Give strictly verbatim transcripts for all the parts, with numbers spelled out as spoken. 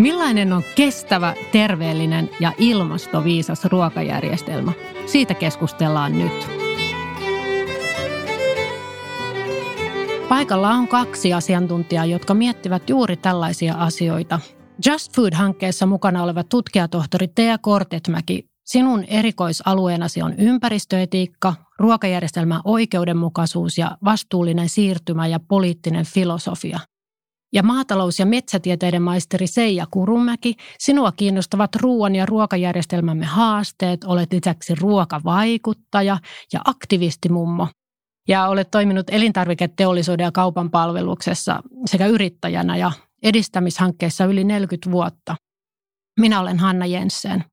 Millainen on kestävä, terveellinen ja ilmastoviisas ruokajärjestelmä? Siitä keskustellaan nyt. Paikalla on kaksi asiantuntijaa, jotka miettivät juuri tällaisia asioita. Just Food-hankkeessa mukana oleva tutkijatohtori Tea Kortetmäki, sinun erikoisalueenasi on ympäristöetiikka, ruokajärjestelmän oikeudenmukaisuus ja vastuullinen siirtymä ja poliittinen filosofia. Ja maatalous- ja metsätieteiden maisteri Seija Kurunmäki, sinua kiinnostavat ruoan ja ruokajärjestelmämme haasteet, olet lisäksi ruokavaikuttaja ja aktivistimummo. Ja olet toiminut elintarviketeollisuuden ja kaupan palveluksessa sekä yrittäjänä ja edistämishankkeessa yli neljäkymmentä vuotta. Minä olen Hanna Jensen.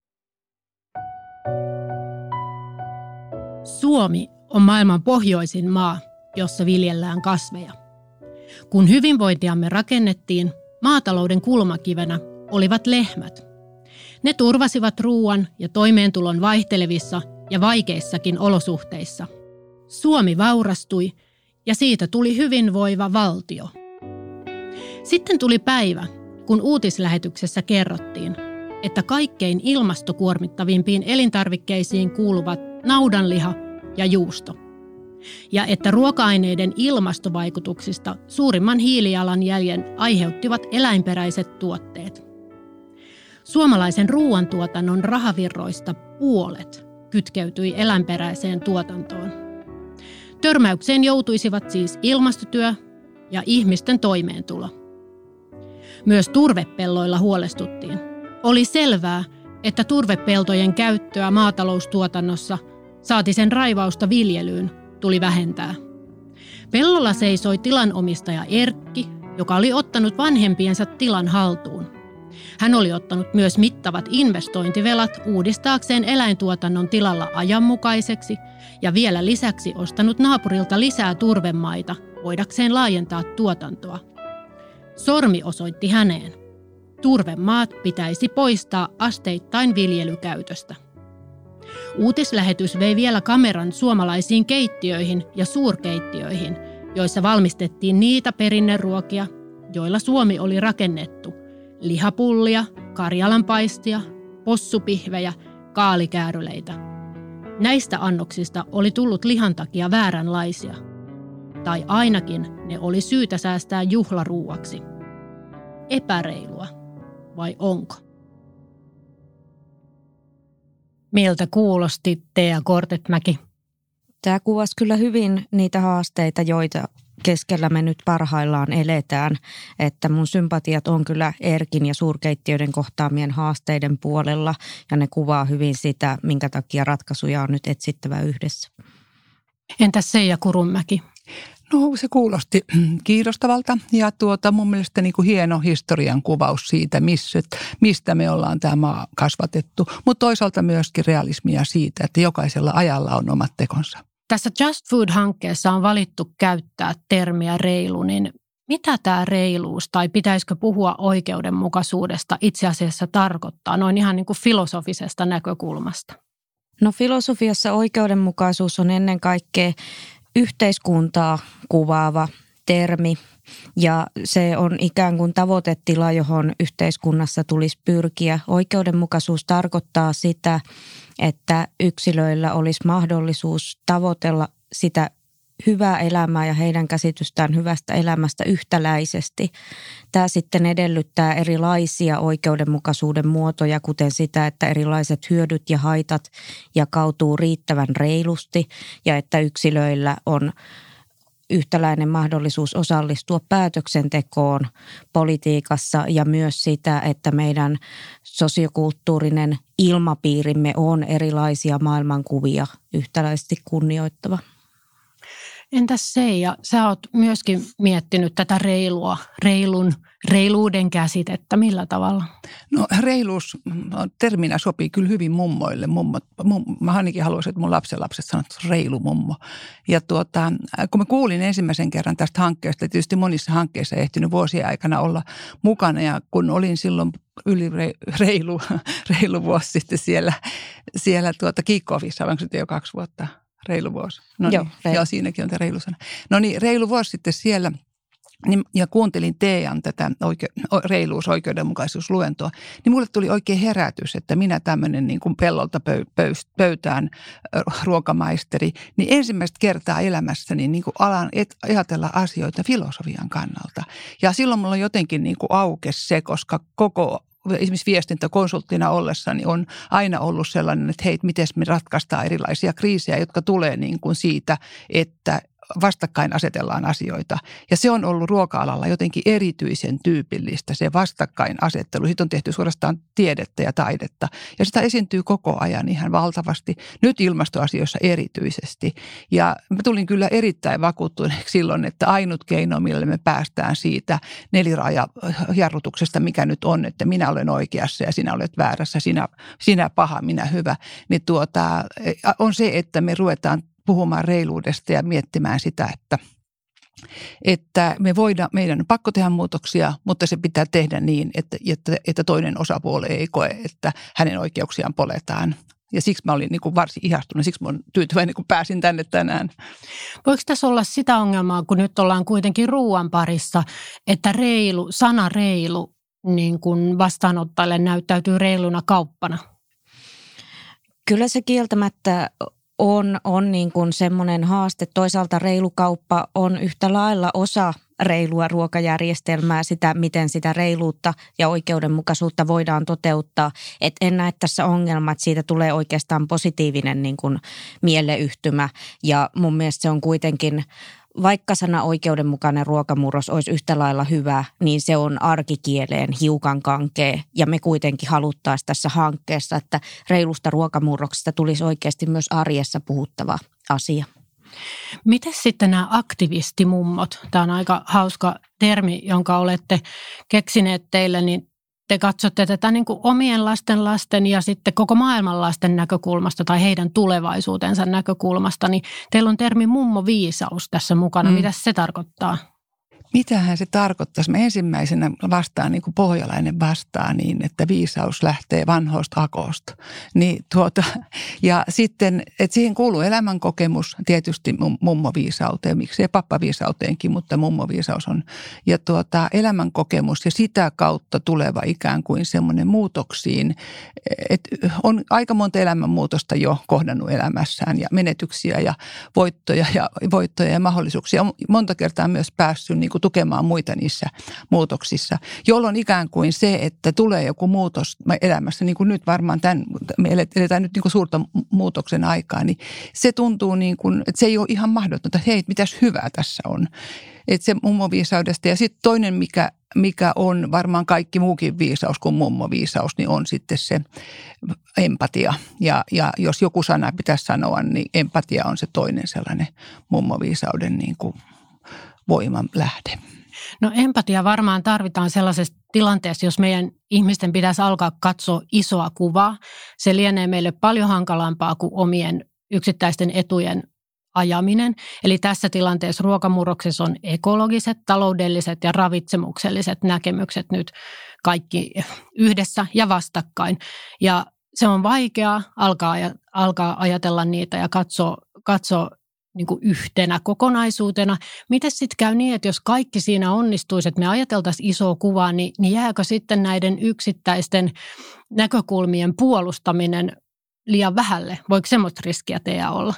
Suomi on maailman pohjoisin maa, jossa viljellään kasveja. Kun hyvinvointiamme rakennettiin, maatalouden kulmakivenä olivat lehmät. Ne turvasivat ruoan ja toimeentulon vaihtelevissa ja vaikeissakin olosuhteissa. Suomi vaurastui ja siitä tuli hyvinvoiva valtio. Sitten tuli päivä, kun uutislähetyksessä kerrottiin, että kaikkein ilmastokuormittavimpiin elintarvikkeisiin kuuluvat naudanliha ja juusto. Ja että ruoka-aineiden ilmastovaikutuksista suurimman hiilijalanjäljen aiheuttivat eläinperäiset tuotteet. Suomalaisen ruoantuotannon rahavirroista puolet kytkeytyi eläinperäiseen tuotantoon. Törmäykseen joutuisivat siis ilmastotyö ja ihmisten toimeentulo. Myös turvepelloilla huolestuttiin. Oli selvää, että turvepeltojen käyttöä maataloustuotannossa, saati sen raivausta viljelyyn, tuli vähentää. Pellolla seisoi tilanomistaja Erkki, joka oli ottanut vanhempiensa tilan haltuun. Hän oli ottanut myös mittavat investointivelat uudistaakseen eläintuotannon tilalla ajanmukaiseksi ja vielä lisäksi ostanut naapurilta lisää turvemaita voidakseen laajentaa tuotantoa. Sormi osoitti häneen. Turvemaat pitäisi poistaa asteittain viljelykäytöstä. Uutislähetys vei vielä kameran suomalaisiin keittiöihin ja suurkeittiöihin, joissa valmistettiin niitä perinneruokia, joilla Suomi oli rakennettu. Lihapullia, karjalanpaistia, possupihvejä, kaalikääryleitä. Näistä annoksista oli tullut lihan takia vääränlaisia. Tai ainakin ne oli syytä säästää juhlaruuaksi. Epäreilua, vai onko? Miltä kuulosti Tea Kortetmäki? Tämä kuvasi kyllä hyvin niitä haasteita, joita keskellä me nyt parhaillaan eletään. Että mun sympatiat on kyllä Erkin ja suurkeittiöiden kohtaamien haasteiden puolella ja ne kuvaa hyvin sitä, minkä takia ratkaisuja on nyt etsittävä yhdessä. Entäs Seija Kurunmäki? No se kuulosti kiinnostavalta ja tuota, mun mielestä niin kuin hieno historian kuvaus siitä, missä, mistä me ollaan tämä maa kasvatettu. Mutta toisaalta myöskin realismia siitä, että jokaisella ajalla on omat tekonsa. Tässä Just Food-hankkeessa on valittu käyttää termiä reilu, niin mitä tämä reiluus tai pitäisikö puhua oikeudenmukaisuudesta itse asiassa tarkoittaa noin ihan niin kuin filosofisesta näkökulmasta? No filosofiassa oikeudenmukaisuus on ennen kaikkea yhteiskuntaa kuvaava termi ja se on ikään kuin tavoitetila, johon yhteiskunnassa tulisi pyrkiä. Oikeudenmukaisuus tarkoittaa sitä, että yksilöillä olisi mahdollisuus tavoitella sitä hyvää elämää ja heidän käsitystään hyvästä elämästä yhtäläisesti. Tämä sitten edellyttää erilaisia oikeudenmukaisuuden muotoja, kuten sitä, että erilaiset hyödyt ja haitat jakautuu riittävän reilusti ja että yksilöillä on yhtäläinen mahdollisuus osallistua päätöksentekoon politiikassa ja myös sitä, että meidän sosiokulttuurinen ilmapiirimme on erilaisia maailmankuvia yhtäläisesti kunnioittava. Entäs Seija, sä oot myöskin miettinyt tätä reilua, reilun, reiluuden käsitettä. Millä tavalla? No reiluus terminä sopii kyllä hyvin mummoille. Mummot, mum, mä ainakin haluaisin, että mun lapsenlapset sanoo, että reilu mummo. Ja tuota, kun mä kuulin ensimmäisen kerran tästä hankkeesta, tietysti monissa hankkeissa ei ehtinyt vuosien aikana olla mukana. Ja kun olin silloin yli reilu, reilu vuosi sitten siellä, siellä tuota kiikko-ofissa, onko se jo kaksi vuotta? Reilu vuosi. No niin, joo, reilu. Joo, siinäkin on tämä reilu sana. No niin, reilu vuosi sitten siellä ja kuuntelin Teejan tätä oike- reiluus, oikeudenmukaisuusluentoa, niin mulle tuli oikein herätys, että minä tämmöinen niin kuin pellolta pöytään ruokamaisteri, niin ensimmäistä kertaa elämässäni niin kuin alan ajatella asioita filosofian kannalta. Ja silloin mulla jotenkin niin kuin aukesi se, koska koko esimerkiksi viestintäkonsulttina ollessani on aina ollut sellainen, että hei, miten me ratkaistaan erilaisia kriisejä, jotka tulee niin kuin siitä, että vastakkain asetellaan asioita. Ja se on ollut ruoka-alalla jotenkin erityisen tyypillistä, se vastakkainasettelu. Siitä on tehty suorastaan tiedettä ja taidetta. Ja sitä esiintyy koko ajan ihan valtavasti, nyt ilmastoasioissa erityisesti. Ja mä tulin kyllä erittäin vakuuttuneeksi silloin, että ainut keino, millä me päästään siitä neliraajajarrutuksesta, mikä nyt on, että minä olen oikeassa ja sinä olet väärässä, sinä, sinä paha, minä hyvä, niin tuota, on se, että me ruvetaan puhumaan reiluudesta ja miettimään sitä, että, että me voidaan, meidän on pakko tehdä muutoksia, mutta se pitää tehdä niin, että, että, että toinen osapuoli ei koe, että hänen oikeuksiaan poletaan. Ja siksi mä olin niin kuin varsin ihastunut, siksi mä olen tyytyväinen, kun pääsin tänne tänään. Voiko tässä olla sitä ongelmaa, kun nyt ollaan kuitenkin ruuan parissa, että reilu, sana reilu niin kuin vastaanottajalle näyttäytyy reiluna kauppana? Kyllä se kieltämättä on, on niin kuin semmoinen haaste. Toisaalta reilu kauppa on yhtä lailla osa reilua ruokajärjestelmää, sitä miten sitä reiluutta ja oikeudenmukaisuutta voidaan toteuttaa. Et en näe tässä ongelmaa, että siitä tulee oikeastaan positiivinen niin kuin mieleyhtymä ja mun mielestä se on kuitenkin, vaikka sana oikeudenmukainen ruokamurros olisi yhtä lailla hyvä, niin se on arkikieleen hiukan kankea ja me kuitenkin haluttaisiin tässä hankkeessa, että reilusta ruokamurroksesta tulisi oikeasti myös arjessa puhuttava asia. Miten sitten nämä aktivistimummot? Tämä on aika hauska termi, jonka olette keksineet teille, niin te katsotte tätä niin kuin omien lasten lasten ja sitten koko maailman lasten näkökulmasta tai heidän tulevaisuutensa näkökulmasta, niin teillä on termi mummoviisaus tässä mukana. Mm. Mitä se tarkoittaa? Mitähän se tarkoittaisi? Mä ensimmäisenä vastaan, niin kuin pohjalainen vastaa niin, että viisaus lähtee vanhoista akoista. Niin tuota, ja sitten, että siihen kuuluu elämänkokemus tietysti mummoviisauteen, miksei pappaviisauteenkin, mutta mummoviisaus on. Ja tuota, elämänkokemus ja sitä kautta tuleva ikään kuin semmoinen muutoksiin, että on aika monta elämänmuutosta jo kohdannut elämässään ja menetyksiä ja voittoja ja, voittoja ja mahdollisuuksia. Monta kertaa myös päässyt niin kuin tukemaan muita niissä muutoksissa, jolloin ikään kuin se, että tulee joku muutos elämässä, niin kuin nyt varmaan tämän, me eletään nyt niin kuin suurta muutoksen aikaa, niin se tuntuu niin kuin, että se ei ole ihan mahdotonta, että hei, mitäs hyvää tässä on. Että se mummoviisaudesta ja sitten toinen, mikä, mikä on varmaan kaikki muukin viisaus kuin mummoviisaus, niin on sitten se empatia. Ja, ja jos joku sana pitäisi sanoa, niin empatia on se toinen sellainen mummoviisauden niin kuin voiman lähde. No empatia varmaan tarvitaan sellaisessa tilanteessa, jos meidän ihmisten pitäisi alkaa katsoa isoa kuvaa. Se lienee meille paljon hankalampaa kuin omien yksittäisten etujen ajaminen. Eli tässä tilanteessa ruokamurroksessa on ekologiset, taloudelliset ja ravitsemukselliset näkemykset nyt kaikki yhdessä ja vastakkain. Ja se on vaikeaa alkaa, alkaa ajatella niitä ja katsoa, katsoa niin kuin yhtenä kokonaisuutena. Miten sitten käy niin, että jos kaikki siinä onnistuisi, että me ajateltaisiin isoa kuvaa, niin, niin jääkö sitten näiden yksittäisten näkökulmien puolustaminen liian vähälle? Voiko semmoista riskiä teidän olla?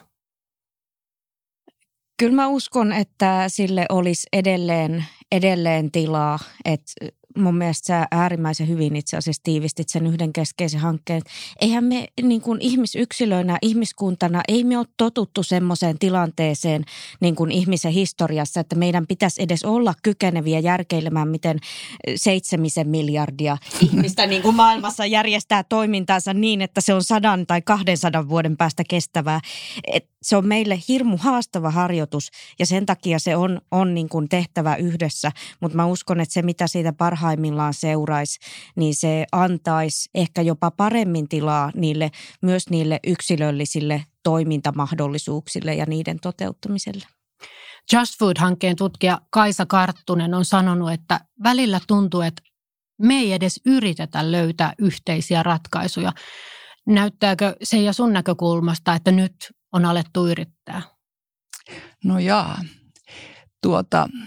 Kyllä mä uskon, että sille olisi edelleen, edelleen tilaa, että mun mielestä sä äärimmäisen hyvin itse asiassa tiivistit sen yhden keskeisen hankkeen. Eihän me niin kuin ihmisyksilöinä, ihmiskuntana, ei me ole totuttu semmoiseen tilanteeseen niin kuin ihmisen historiassa, että meidän pitäisi edes olla kykeneviä järkeilemään, miten seitsemisen miljardia ihmistä niin kuin maailmassa järjestää toimintaansa niin, että se on sadan tai kahdensadan vuoden päästä kestävää. Et se on meille hirmu haastava harjoitus ja sen takia se on, on niin kuin tehtävä yhdessä, mutta mä uskon, että se mitä siitä parhaimmillaan seuraisi, niin se antaisi ehkä jopa paremmin tilaa niille, myös niille yksilöllisille toimintamahdollisuuksille ja niiden toteuttamiselle. Just Food-hankkeen tutkija Kaisa Karttunen on sanonut, että välillä tuntuu, että me ei edes yritetä löytää yhteisiä ratkaisuja. Näyttääkö Seija sun näkökulmasta, että nyt on alettu yrittää? No jaa, tuota,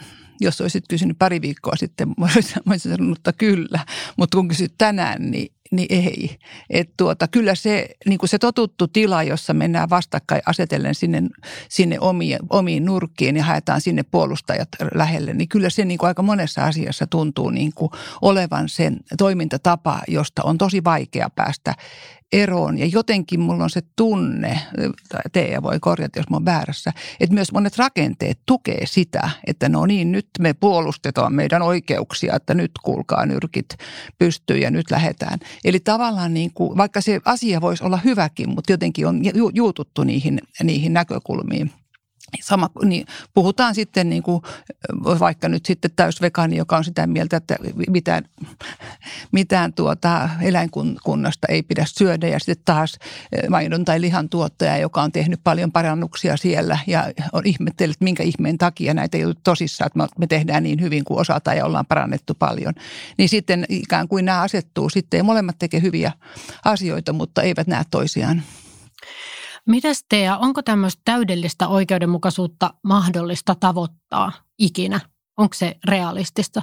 jos olisit kysynyt pari viikkoa sitten, mä olisin sanonut, että kyllä, mutta kun kysyt tänään, niin niin ei. Että tuota, kyllä se, niin kuin se totuttu tila, jossa mennään vastakkain asetellen sinne, sinne omiin, omiin nurkkiin ja haetaan sinne puolustajat lähelle, niin kyllä se niin kuin aika monessa asiassa tuntuu niin kuin olevan sen toimintatapa, josta on tosi vaikea päästä eroon. Ja jotenkin mulla on se tunne, Teija voi korjata, jos mä oon väärässä, että myös monet rakenteet tukee sitä, että no niin, nyt me puolustetaan meidän oikeuksia, että nyt kuulkaa nyrkit pystyy ja nyt lähdetään. Eli tavallaan niin kuin, vaikka se asia voisi olla hyväkin, mutta jotenkin on ju- juututtu niihin, niihin näkökulmiin. Sama, niin puhutaan sitten niin kuin, vaikka nyt sitten täysvegaani, joka on sitä mieltä, että mitään, mitään tuota eläinkunnasta ei pidä syödä. Ja sitten taas maidon tai lihan tuottaja, joka on tehnyt paljon parannuksia siellä ja on ihmetellyt, minkä ihmeen takia näitä ei ole tosissaan, että me tehdään niin hyvin kuin osataan ja ollaan parannettu paljon. Niin sitten ikään kuin nämä asettuu sitten ja molemmat tekee hyviä asioita, mutta eivät näe toisiaan. Mitäs Teija, onko tämmöistä täydellistä oikeudenmukaisuutta mahdollista tavoittaa ikinä? Onko se realistista?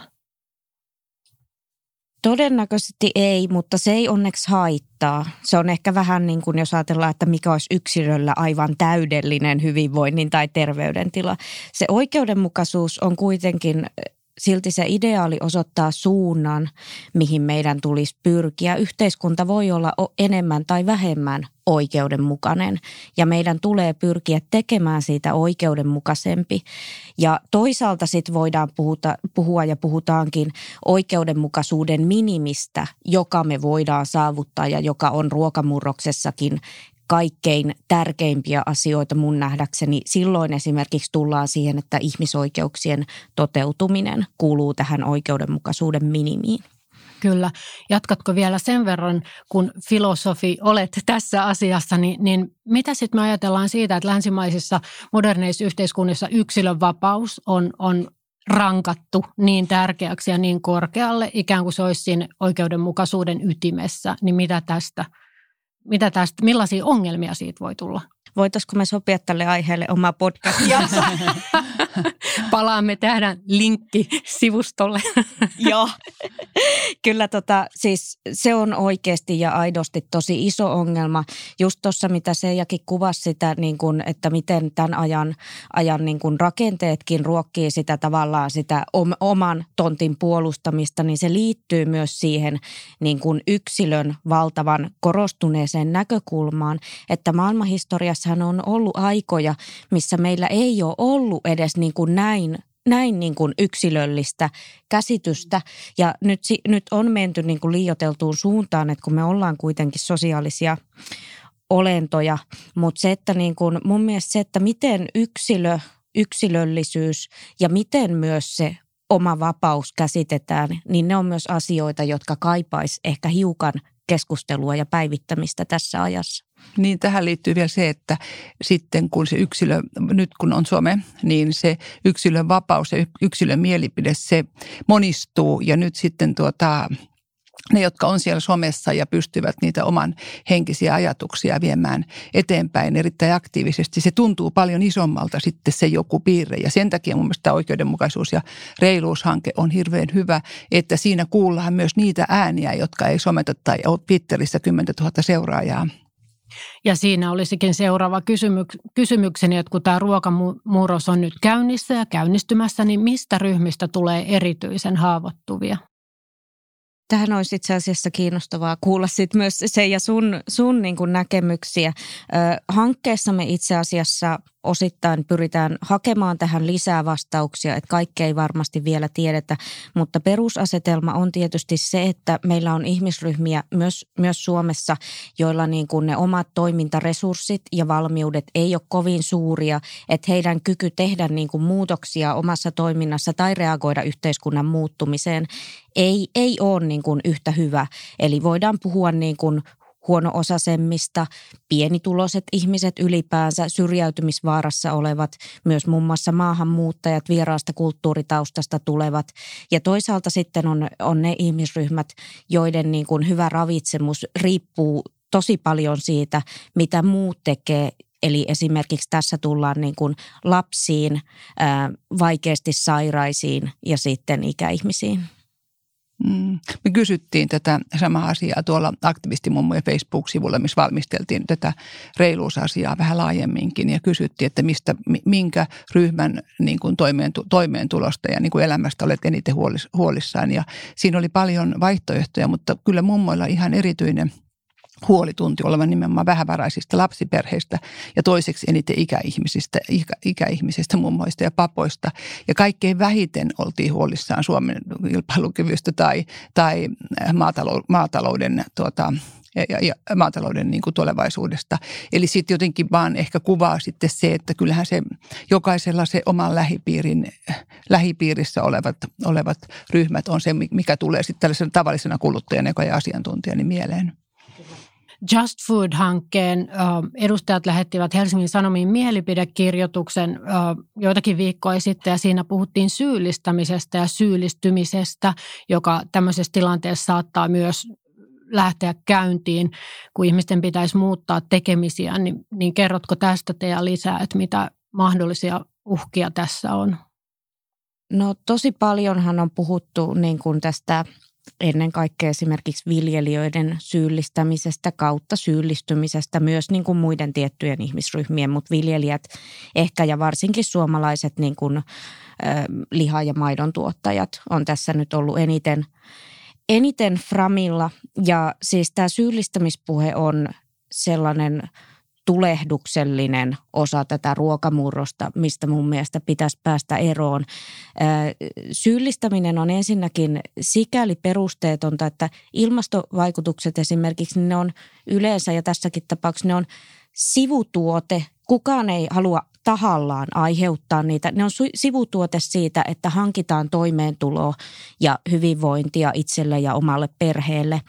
Todennäköisesti ei, mutta se ei onneksi haittaa. Se on ehkä vähän niin kuin jos ajatellaan, että mikä olisi yksilöllä aivan täydellinen hyvinvoinnin tai terveydentila. Se oikeudenmukaisuus on kuitenkin, silti se ideaali osoittaa suunnan, mihin meidän tulisi pyrkiä. Yhteiskunta voi olla enemmän tai vähemmän oikeudenmukainen ja meidän tulee pyrkiä tekemään siitä oikeudenmukaisempi. Ja toisaalta sitten voidaan puhuta, puhua ja puhutaankin oikeudenmukaisuuden minimistä, joka me voidaan saavuttaa ja joka on ruokamurroksessakin kaikkein tärkeimpiä asioita mun nähdäkseni. Silloin esimerkiksi tullaan siihen, että ihmisoikeuksien toteutuminen kuuluu tähän oikeudenmukaisuuden minimiin. Kyllä. Jatkatko vielä sen verran, kun filosofi olet tässä asiassa, niin, niin mitä sitten me ajatellaan siitä, että länsimaisissa moderneissa yhteiskunnissa yksilön vapaus on, on rankattu niin tärkeäksi ja niin korkealle, ikään kuin se olisi siinä oikeudenmukaisuuden ytimessä, niin mitä tästä? Mitä tästä, millaisia ongelmia siitä voi tulla? Voitaisiko me sopia tälle aiheelle oma podcastia? Palaamme, tehdään linkki sivustolle. Joo, kyllä tota, siis se on oikeasti ja aidosti tosi iso ongelma. Just tuossa, mitä Seijakin kuvasi sitä, niin kun, että miten tämän ajan, ajan niin kun rakenteetkin ruokkii sitä tavallaan sitä oman tontin puolustamista, niin se liittyy myös siihen niin kun yksilön valtavan korostuneeseen näkökulmaan, että maailmanhistoriassa hän on ollut aikoja, missä meillä ei ole ollut edes niin kuin näin, näin niin kuin yksilöllistä käsitystä. Ja nyt, nyt on menty niin kuin liioiteltuun suuntaan, että kun me ollaan kuitenkin sosiaalisia olentoja, mutta se, että niin kuin, mun mielestä se, että miten yksilö, yksilöllisyys ja miten myös se oma vapaus käsitetään, niin ne on myös asioita, jotka kaipaisi ehkä hiukan keskustelua ja päivittämistä tässä ajassa. Niin tähän liittyy vielä se, että sitten kun se yksilö, nyt kun on some, niin se yksilön vapaus ja yksilön mielipide, se monistuu ja nyt sitten tuota, ne, jotka on siellä somessa ja pystyvät niitä oman henkisiä ajatuksia viemään eteenpäin erittäin aktiivisesti, se tuntuu paljon isommalta sitten se joku piirre. Ja sen takia mun mielestä oikeudenmukaisuus- ja reiluushanke on hirveän hyvä, että siinä kuullaan myös niitä ääniä, jotka ei someta tai ole Twitterissä kymmentä tuhatta seuraajaa. Ja siinä olisikin seuraava kysymyk- kysymykseni, että kun tämä ruokamurros on nyt käynnissä ja käynnistymässä, niin mistä ryhmistä tulee erityisen haavoittuvia? Tähän olisi itse asiassa kiinnostavaa kuulla sit myös se ja sun, sun niin kuin näkemyksiä. Ö, hankkeessa me itse asiassa osittain pyritään hakemaan tähän lisää vastauksia, että kaikkea ei varmasti vielä tiedetä, mutta perusasetelma on tietysti se, että meillä on ihmisryhmiä myös, myös Suomessa, joilla niin kuin ne omat toimintaresurssit ja valmiudet ei ole kovin suuria, että heidän kyky tehdä niin kuin muutoksia omassa toiminnassa tai reagoida yhteiskunnan muuttumiseen ei, ei ole niin kuin yhtä hyvä. Eli voidaan puhua niin kuin huono-osaisemmista, pienituloiset ihmiset ylipäänsä, syrjäytymisvaarassa olevat, myös muun muassa maahanmuuttajat, vieraasta kulttuuritaustasta tulevat. Ja toisaalta sitten on, on ne ihmisryhmät, joiden niin kuin hyvä ravitsemus riippuu tosi paljon siitä, mitä muut tekee Eli esimerkiksi tässä tullaan niin kuin lapsiin, ää, vaikeasti sairaisiin ja sitten ikäihmisiin. Mm. Me kysyttiin tätä samaa asiaa tuolla aktivistimummojen Facebook-sivulla, missä valmisteltiin tätä reiluusasiaa vähän laajemminkin ja kysyttiin, että mistä, minkä ryhmän niin kuin toimeentulosta ja niin kuin elämästä olet eniten huolissaan. Ja siinä oli paljon vaihtoehtoja, mutta kyllä mummoilla ihan erityinen huoli tunti olevan nimenomaan vähävaraisista lapsiperheistä ja toiseksi eniten ikäihmisistä, ikä, ikäihmisistä, mummoista ja papoista. Ja kaikkein vähiten oltiin huolissaan Suomen kilpailukyvystä tai, tai maatalou, maatalouden, tuota, ja, ja maatalouden niin kuin tulevaisuudesta. Eli sitten jotenkin vaan ehkä kuvaa sitten se, että kyllähän se jokaisella se oman lähipiirin, lähipiirissä olevat, olevat ryhmät on se, mikä tulee sitten tällaisena tavallisena kuluttajana ja asiantuntijana mieleen. Just Food-hankkeen edustajat lähettivät Helsingin Sanomiin mielipidekirjoituksen joitakin viikkoja sitten ja siinä puhuttiin syyllistämisestä ja syyllistymisestä, joka tämmöisessä tilanteessa saattaa myös lähteä käyntiin, kun ihmisten pitäisi muuttaa tekemisiä, niin, niin kerrotko tästä Tea lisää, että mitä mahdollisia uhkia tässä on? No tosi paljonhan on puhuttu niin kuin tästä ennen kaikkea esimerkiksi viljelijöiden syyllistämisestä kautta syyllistymisestä myös niin kuin muiden tiettyjen ihmisryhmien, mutta viljelijät ehkä ja varsinkin suomalaiset niin kuin, ä, liha- ja maidon tuottajat on tässä nyt ollut eniten, eniten framilla ja siis tämä syyllistämispuhe on sellainen tulehduksellinen osa tätä ruokamurrosta, mistä mun mielestä pitäisi päästä eroon. Syyllistäminen on ensinnäkin sikäli perusteetonta, että ilmastovaikutukset esimerkiksi ne on yleensä ja tässäkin tapauksessa ne on sivutuote. Kukaan ei halua tahallaan aiheuttaa niitä. Ne on sivutuote siitä, että hankitaan toimeentuloa ja hyvinvointia itselle ja omalle perheelle.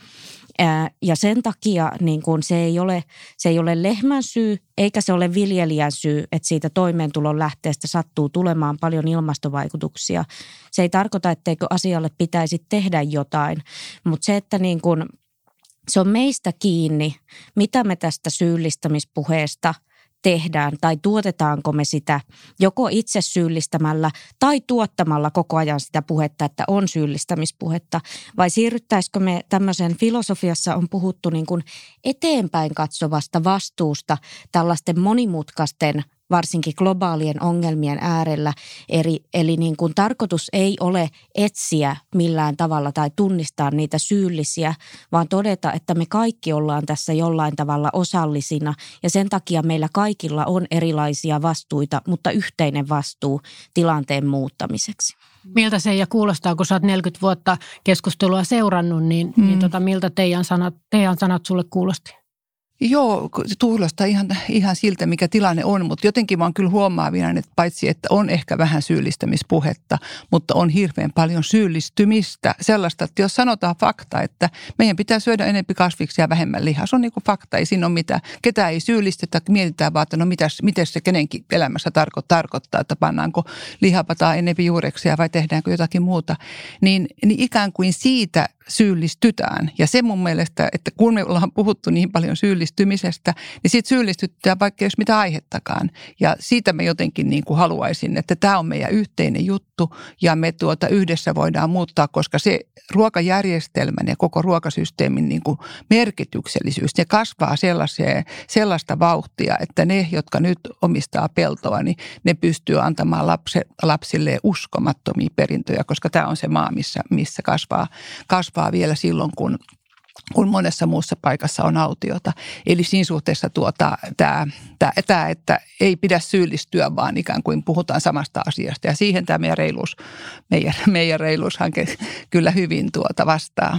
Ja sen takia niin kun se, ei ole, se ei ole lehmän syy eikä se ole viljelijän syy, että siitä toimeentulon lähteestä sattuu tulemaan paljon ilmastovaikutuksia. Se ei tarkoita, etteikö asialle pitäisi tehdä jotain, mutta se, että niin kun, se on meistä kiinni, mitä me tästä syyllistämispuheesta tehdään tai tuotetaanko me sitä joko itse syyllistämällä tai tuottamalla koko ajan sitä puhetta, että on syyllistämispuhetta vai siirryttäisikö me tämmöisen filosofiassa on puhuttu niin kuin eteenpäin katsovasta vastuusta tällaisten monimutkaisten varsinkin globaalien ongelmien äärellä. Eli, eli niin kuin tarkoitus ei ole etsiä millään tavalla tai tunnistaa niitä syyllisiä, vaan todeta, että me kaikki ollaan tässä jollain tavalla osallisina ja sen takia meillä kaikilla on erilaisia vastuita, mutta yhteinen vastuu tilanteen muuttamiseksi. Miltä se ja kuulostaa, kun sä oot neljäkymmentä vuotta keskustelua seurannut, niin, mm. niin tota, miltä teidän sanat, teidän sanat sulle kuulosti? Joo, kuulostaa ihan, ihan siltä, mikä tilanne on, mutta jotenkin vaan kyllä huomaa vielä, että paitsi, että on ehkä vähän syyllistämispuhetta, mutta on hirveän paljon syyllistymistä. Sellaista, että jos sanotaan fakta, että meidän pitää syödä enemmän kasviksia ja vähemmän lihaa, se on niin kuin fakta, ei siinä ole mitään. Ketään ei syyllistetä, mietitään vaan, että no mitäs, miten se kenenkin elämässä tarko- tarkoittaa, että pannaanko lihapataa enemmän juureksia vai tehdäänkö jotakin muuta. Niin, niin ikään kuin siitä syyllistytään. Ja se mun mielestä, että kun me ollaan puhuttu niin paljon syyllistymisestä, niin siitä syyllistytään vaikka jos mitä aihettakaan. Ja siitä me jotenkin niin kuin haluaisin, että tämä on meidän yhteinen juttu ja me tuota yhdessä voidaan muuttaa, koska se ruokajärjestelmän ja koko ruokasysteemin niin kuin merkityksellisyys, ne kasvaa sellaista vauhtia, että ne, jotka nyt omistaa peltoa, niin ne pystyy antamaan lapse, lapsille uskomattomia perintöjä, koska tämä on se maa, missä, missä kasvaa, kasvaa vielä silloin, kun, kun monessa muussa paikassa on autiota. Eli siinä suhteessa tuota, tämä, tämä, tämä, että ei pidä syyllistyä, vaan ikään kuin puhutaan samasta asiasta. Ja siihen tämä meidän, reiluus, meidän, meidän reiluushanke kyllä hyvin tuota vastaa.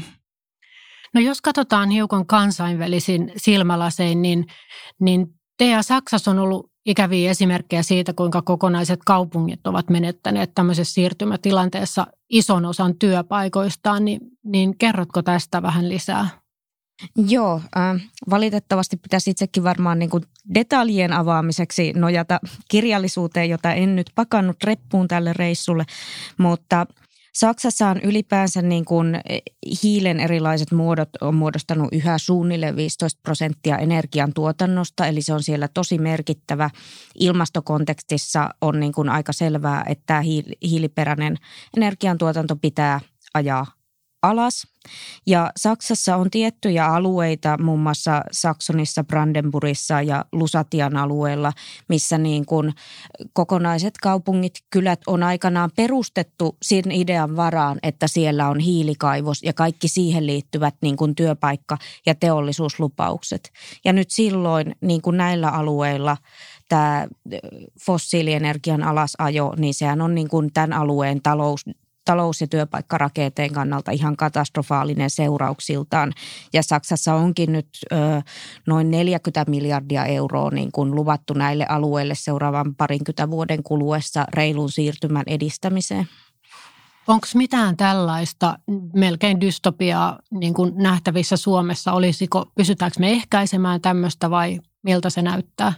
No jos katsotaan hiukan kansainvälisin silmälasein, niin, niin Tea, Saksassa on ollut ikäviä esimerkkejä siitä, kuinka kokonaiset kaupungit ovat menettäneet tämmöisessä siirtymätilanteessa ison osan työpaikoistaan, niin, niin kerrotko tästä vähän lisää? Joo, äh, valitettavasti pitäisi itsekin varmaan niin kuin detaljien avaamiseksi nojata kirjallisuuteen, jota en nyt pakannut reppuun tälle reissulle, mutta Saksassa on ylipäänsä niin kuin hiilen erilaiset muodot on muodostanut yhä suunnilleen viisitoista prosenttia energiantuotannosta, eli se on siellä tosi merkittävä. Ilmastokontekstissa on niin kuin aika selvää, että tämä hiiliperäinen energiantuotanto pitää ajaa alas. Ja Saksassa on tiettyjä alueita, muun muassa Saksonissa, Brandenburgissa ja Lusatian alueella, missä niin kuin kokonaiset kaupungit, kylät on aikanaan perustettu sen idean varaan, että siellä on hiilikaivos ja kaikki siihen liittyvät niin kuin työpaikka- ja teollisuuslupaukset. Ja nyt silloin niin kuin näillä alueilla tämä fossiilienergian alasajo, niin sehän on niin kuin tämän alueen talous talous- ja työpaikkarakenteen kannalta ihan katastrofaalinen seurauksiltaan. Ja Saksassa onkin nyt ö, noin neljäkymmentä miljardia euroa niin kuin luvattu näille alueille seuraavan parinkymmentä vuoden kuluessa reilun siirtymän edistämiseen. Onko mitään tällaista melkein dystopiaa niin kuin nähtävissä Suomessa? Olisiko, pysytäänkö me ehkäisemään tämmöistä vai miltä se näyttää?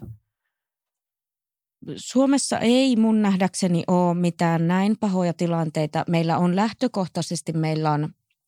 Suomessa ei mun nähdäkseni ole mitään näin pahoja tilanteita. Meillä on lähtökohtaisesti, meillä on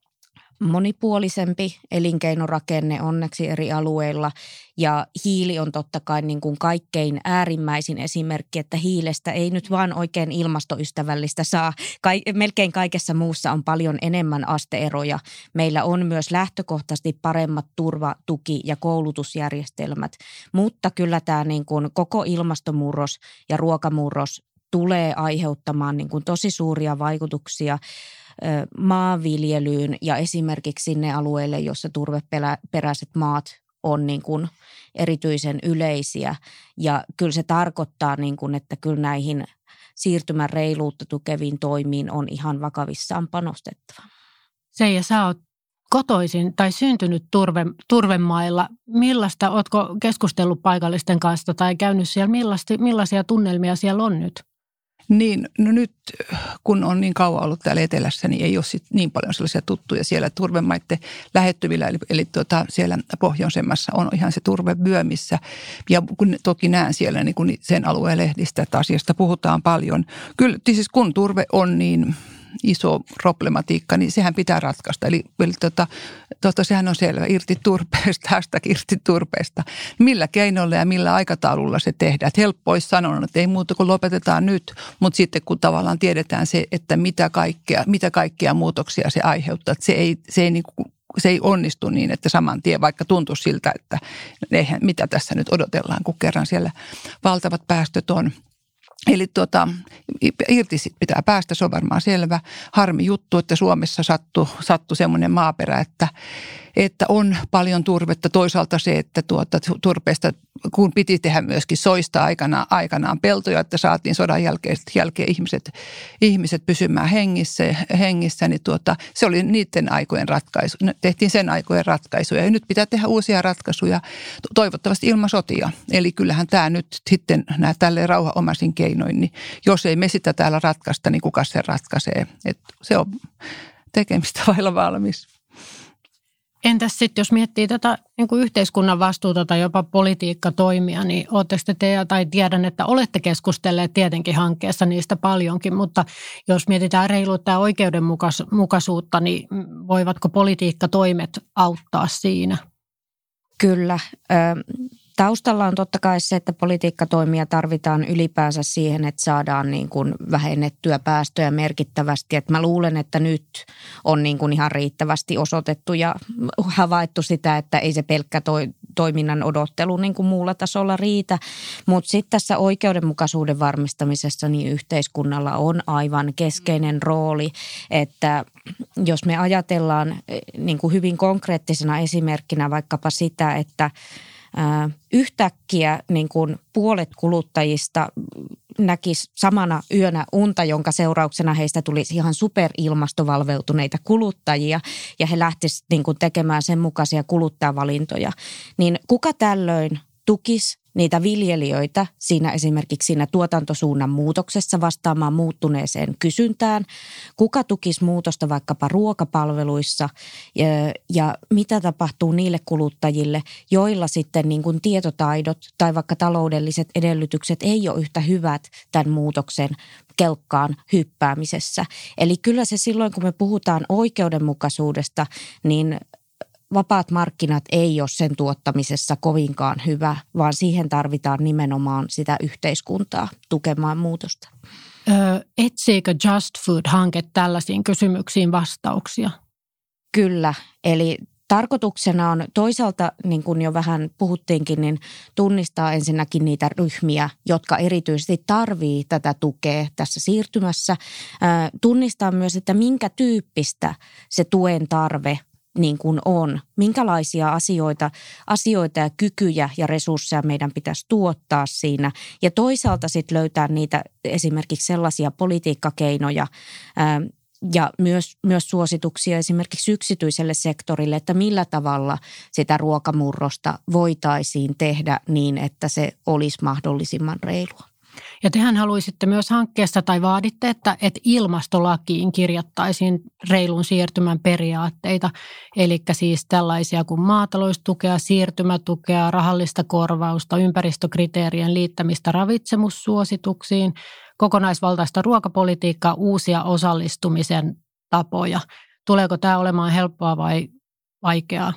monipuolisempi elinkeinorakenne onneksi eri alueilla ja hiili on totta kai niin kuin kaikkein äärimmäisin esimerkki, että hiilestä ei nyt vaan oikein ilmastoystävällistä saa. Ka- melkein kaikessa muussa on paljon enemmän asteeroja. Meillä on myös lähtökohtaisesti paremmat turva-, tuki- ja koulutusjärjestelmät, mutta kyllä tämä niin kuin koko ilmastomurros ja ruokamurros tulee aiheuttamaan niin kuin tosi suuria vaikutuksia maanviljelyyn ja esimerkiksi sinne alueelle, jossa turveperäiset maat on niin kuin erityisen yleisiä. Ja kyllä se tarkoittaa, niin kuin, että kyllä näihin siirtymän reiluutta tukeviin toimiin on ihan vakavissaan panostettava. Seija, sä oot kotoisin tai syntynyt turve, turvemailla. Millaista, ootko keskustellut paikallisten kanssa tai käynyt siellä? Millaisia, millaisia tunnelmia siellä on nyt? Niin, no nyt kun on niin kauan ollut täällä etelässä, niin ei ole sit niin paljon sellaisia tuttuja siellä turvemaiden lähettyvillä. Eli, eli tuota, siellä pohjoisemmassa on ihan se turvevyö, missä, ja kun toki näen siellä niin kun sen alueen lehdistä, että asiasta puhutaan paljon. Kyllä siis kun turve on niin iso problematiikka, niin sehän pitää ratkaista. Eli, eli tota, tota, sehän on selvä, irti turpeesta, hashtag irti turpeesta. Millä keinoilla ja millä aikataululla se tehdään. Että helppo olisi sanoa, että ei muuta kuin lopetetaan nyt, mutta sitten kun tavallaan tiedetään se, että mitä kaikkea, mitä kaikkea muutoksia se aiheuttaa, että se ei, se ei niin kuin se ei onnistu niin, että saman tien, vaikka tuntuu siltä, että eihän, mitä tässä nyt odotellaan, kun kerran siellä valtavat päästöt on. Eli tuota, irti pitää päästä, se on varmaan selvä. Harmi juttu, että Suomessa sattui, sattui semmoinen maaperä, että, että on paljon turvetta. Toisaalta se, että tuota, turpeesta, kun piti tehdä myöskin soista aikanaan, aikanaan peltoja, että saatiin sodan jälkeen, jälkeen ihmiset, ihmiset pysymään hengissä, hengissä niin tuota, se oli niiden aikojen ratkaisu. Tehtiin sen aikojen ratkaisuja ja nyt pitää tehdä uusia ratkaisuja, toivottavasti ilman sotia. Eli kyllähän tämä nyt sitten nämä tälleen rauhanomaisin keinoin, niin jos ei me sitä täällä ratkaista, niin kuka se ratkaisee? Et se on tekemistä vailla valmis. Entäs sitten, jos miettii tätä niin kuin yhteiskunnan vastuuta tai jopa politiikkatoimia, niin oletteko te, te tai tiedän, että olette keskustelleet tietenkin hankkeessa niistä paljonkin, mutta jos mietitään reiluutta ja oikeudenmukaisuutta, niin voivatko politiikkatoimet auttaa siinä? Kyllä. Taustalla on totta kai se, että politiikkatoimia tarvitaan ylipäänsä siihen, että saadaan niin kuin vähennettyä päästöjä merkittävästi. Et mä luulen, että nyt on niin kuin ihan riittävästi osoitettu ja havaittu sitä, että ei se pelkkä toi, toiminnan odottelu niin kuin muulla tasolla riitä. Mutta sitten tässä oikeudenmukaisuuden varmistamisessa niin yhteiskunnalla on aivan keskeinen rooli, että jos me ajatellaan niin kuin hyvin konkreettisena esimerkkinä vaikkapa sitä, että yhtäkkiä niin kuin puolet kuluttajista näkisi samana yönä unta, jonka seurauksena heistä tulisi ihan superilmastovalveutuneita kuluttajia ja he lähtisivät niin kuin tekemään sen mukaisia kuluttajavalintoja. Niin kuka tällöin tukisi niitä viljelijöitä siinä esimerkiksi siinä tuotantosuunnan muutoksessa vastaamaan muuttuneeseen kysyntään, kuka tukisi muutosta vaikkapa ruokapalveluissa ja, ja mitä tapahtuu niille kuluttajille, joilla sitten niin kuin tietotaidot tai vaikka taloudelliset edellytykset ei ole yhtä hyvät tämän muutoksen kelkkaan hyppäämisessä. Eli kyllä se silloin, kun me puhutaan oikeudenmukaisuudesta, niin vapaat markkinat ei ole sen tuottamisessa kovinkaan hyvä, vaan siihen tarvitaan nimenomaan sitä yhteiskuntaa tukemaan muutosta. Öö, etsiikö Just Food-hanke tällaisiin kysymyksiin vastauksia? Kyllä, eli tarkoituksena on toisaalta, niin kuin jo vähän puhuttiinkin, niin tunnistaa ensinnäkin niitä ryhmiä, jotka erityisesti tarvii tätä tukea tässä siirtymässä. Tunnistaa myös, että minkä tyyppistä se tuen tarve niin kuin on, minkälaisia asioita, asioita ja kykyjä ja resursseja meidän pitäisi tuottaa siinä. Ja toisaalta sitten löytää niitä esimerkiksi sellaisia politiikkakeinoja ää, ja myös, myös suosituksia esimerkiksi yksityiselle sektorille, että millä tavalla sitä ruokamurrosta voitaisiin tehdä niin, että se olisi mahdollisimman reilua. Ja tehän haluaisitte myös hankkeessa tai vaaditte, että, että ilmastolakiin kirjattaisiin reilun siirtymän periaatteita, eli siis tällaisia kuin maataloustukea, siirtymätukea, rahallista korvausta, ympäristökriteerien liittämistä ravitsemussuosituksiin, kokonaisvaltaista ruokapolitiikkaa, uusia osallistumisen tapoja. Tuleeko tämä olemaan helppoa vai vaikeaa?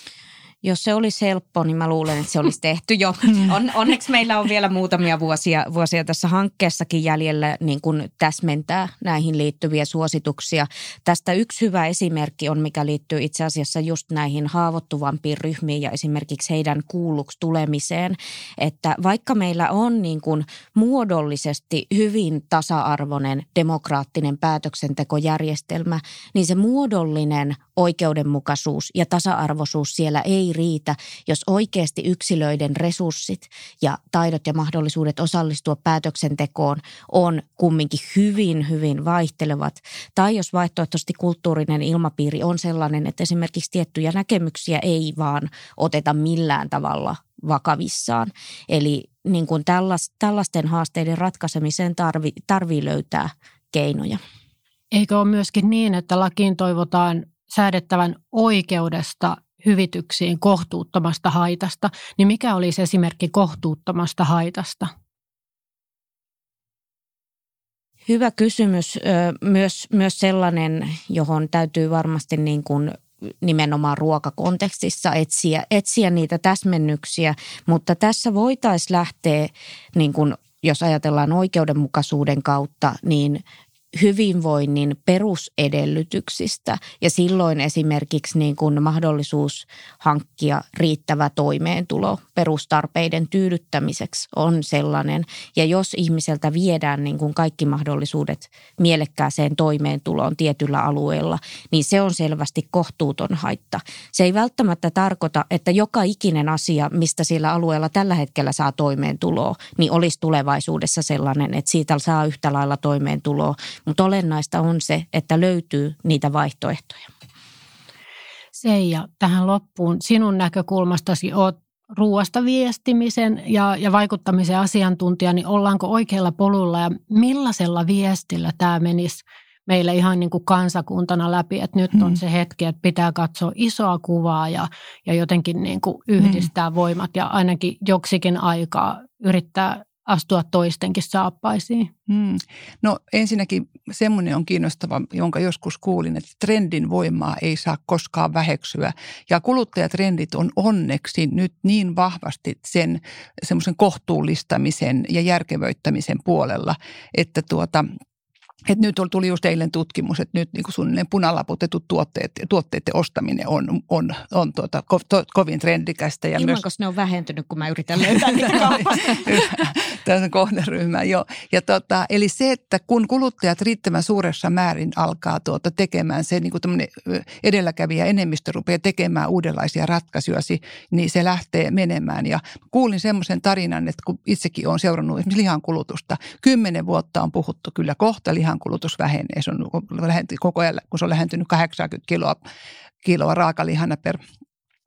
Jos se olisi helppo, niin mä luulen, että se olisi tehty jo. On, onneksi meillä on vielä muutamia vuosia, vuosia tässä hankkeessakin jäljellä niin kuin täsmentää näihin liittyviä suosituksia. Tästä yksi hyvä esimerkki on, mikä liittyy itse asiassa just näihin haavoittuvampiin ryhmiin ja esimerkiksi heidän kuulluksi tulemiseen. Että vaikka meillä on niin kuin muodollisesti hyvin tasa-arvoinen demokraattinen päätöksentekojärjestelmä, niin se muodollinen oikeudenmukaisuus ja tasa-arvoisuus siellä ei riitä, jos oikeasti yksilöiden resurssit ja taidot ja mahdollisuudet osallistua päätöksentekoon on kumminkin hyvin, hyvin vaihtelevat. Tai jos vaihtoehtoisesti kulttuurinen ilmapiiri on sellainen, että esimerkiksi tiettyjä näkemyksiä ei vaan oteta millään tavalla vakavissaan. Eli niin kuin tällaisten haasteiden ratkaisemiseen tarvii tarvi löytää keinoja. Eikö ole myöskin niin, että lakiin toivotaan säädettävän oikeudesta hyvityksiin kohtuuttomasta haitasta, niin mikä olisi esimerkki kohtuuttomasta haitasta? Hyvä kysymys. Myös, myös sellainen, johon täytyy varmasti niin kuin nimenomaan ruokakontekstissa etsiä, etsiä niitä täsmennyksiä, mutta tässä voitaisiin lähteä, niin kuin, jos ajatellaan oikeudenmukaisuuden kautta, niin hyvinvoinnin perusedellytyksistä ja silloin esimerkiksi niin kuin mahdollisuus hankkia riittävä toimeentulo perustarpeiden tyydyttämiseksi on sellainen. Ja jos ihmiseltä viedään niin kuin kaikki mahdollisuudet mielekkääseen toimeentuloon tietyllä alueella, niin se on selvästi kohtuuton haitta. Se ei välttämättä tarkoita, että joka ikinen asia, mistä sillä alueella tällä hetkellä saa toimeentuloa, niin olisi tulevaisuudessa sellainen, että siitä saa yhtä lailla toimeentuloa. Mutta olennaista on se, että löytyy niitä vaihtoehtoja. Seija, tähän loppuun sinun näkökulmastasi olet ruoasta viestimisen ja, ja vaikuttamisen asiantuntija, niin ollaanko oikealla polulla ja millaisella viestillä tämä menisi meille ihan niin kuin kansakuntana läpi, että nyt on se hetki, että pitää katsoa isoa kuvaa ja, ja jotenkin niin kuin yhdistää mm. voimat ja ainakin joksikin aikaa yrittää astua toistenkin saappaisiin? Hmm. No ensinnäkin semmoinen on kiinnostava, jonka joskus kuulin, että trendin voimaa ei saa koskaan väheksyä. Ja kuluttajatrendit on onneksi nyt niin vahvasti sen semmoisen kohtuullistamisen ja järkevöittämisen puolella, että tuota... Että nyt tuli just eilen tutkimus, että nyt niin kuin suunnilleen punalaputetut tuotteet, tuotteiden ostaminen on, on, on tuota, ko, to, kovin trendikästä. Ja ilman, koska ne on vähentynyt, kun mä yritän löytää niitä kaupasta. Tässä on kohderyhmä, joo. Ja tota, eli se, että kun kuluttajat riittävän suuressa määrin alkaa tuota tekemään se, niin kuin tämmöinen edelläkävijä enemmistö rupeaa tekemään uudenlaisia ratkaisuja, niin se lähtee menemään. Ja kuulin semmoisen tarinan, että kun itsekin olen seurannut esimerkiksi lihankulutusta, kymmenen vuotta on puhuttu kyllä kohta lihan kulutus vähenee. Se on koko ajan, kun se on lähentynyt kahdeksankymmentä kiloa, kiloa raakalihana per,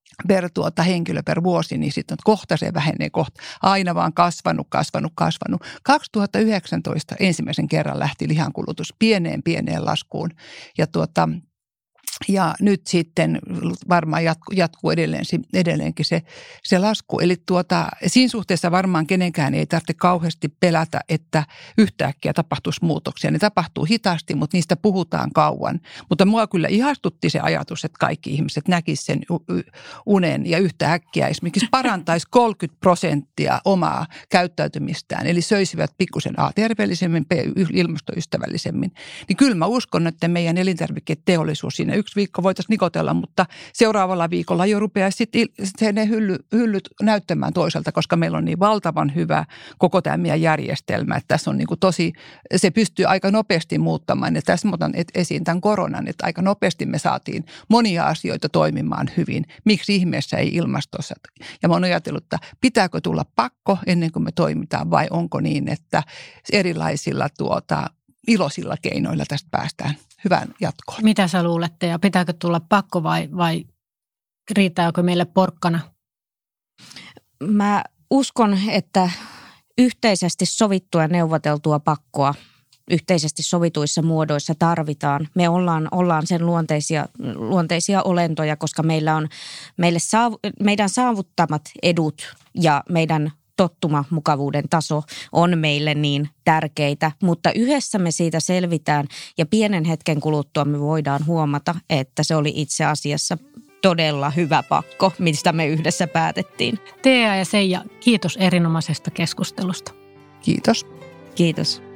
per tuota henkilö per vuosi, niin sitten kohta se vähenee kohta. Aina vaan kasvanut, kasvanut, kasvanut. kaksituhattayhdeksäntoista ensimmäisen kerran lähti lihankulutus pieneen, pieneen laskuun. Ja tuota... Ja nyt sitten varmaan jatkuu, jatkuu edelleen, edelleenkin se, se lasku. Eli tuota, siinä suhteessa varmaan kenenkään ei tarvitse kauheasti pelätä, että yhtäkkiä tapahtuisi muutoksia. Ne tapahtuu hitaasti, mutta niistä puhutaan kauan. Mutta mua kyllä ihastutti se ajatus, että kaikki ihmiset näkisivät sen unen ja yhtäkkiä esimerkiksi parantaisi kolmekymmentä prosenttia omaa käyttäytymistään. Eli söisivät pikkusen A terveellisemmin, B ilmastoystävällisemmin. Niin kyllä mä uskon, että meidän elintarviketeollisuus siinä yksi viikko voitaisiin nikotella, mutta seuraavalla viikolla jo rupeaa sitten ne hylly, hyllyt näyttämään toiselta, koska meillä on niin valtavan hyvä koko tämä meidän järjestelmä, että tässä on niin kuin tosi, se pystyy aika nopeasti muuttamaan. Ja tässä otan esiin tämän koronan, että aika nopeasti me saatiin monia asioita toimimaan hyvin. Miksi ihmeessä ei ilmastossa? Ja mä oon ajatellut, että pitääkö tulla pakko ennen kuin me toimitaan vai onko niin, että erilaisilla tuota iloisilla keinoilla tästä päästään hyvään jatkoon. Mitä sä luulette ja pitääkö tulla pakko vai, vai riittääkö meille porkkana? Mä uskon, että yhteisesti sovittua ja neuvoteltua pakkoa yhteisesti sovituissa muodoissa tarvitaan. Me ollaan, ollaan sen luonteisia, luonteisia olentoja, koska meillä on meille saav, meidän saavuttamat edut ja meidän tottuma mukavuuden taso on meille niin tärkeitä, mutta yhdessä me siitä selvitään ja pienen hetken kuluttua me voidaan huomata, että se oli itse asiassa todella hyvä pakko, mistä me yhdessä päätettiin. Tea ja Seija, kiitos erinomaisesta keskustelusta. Kiitos. Kiitos.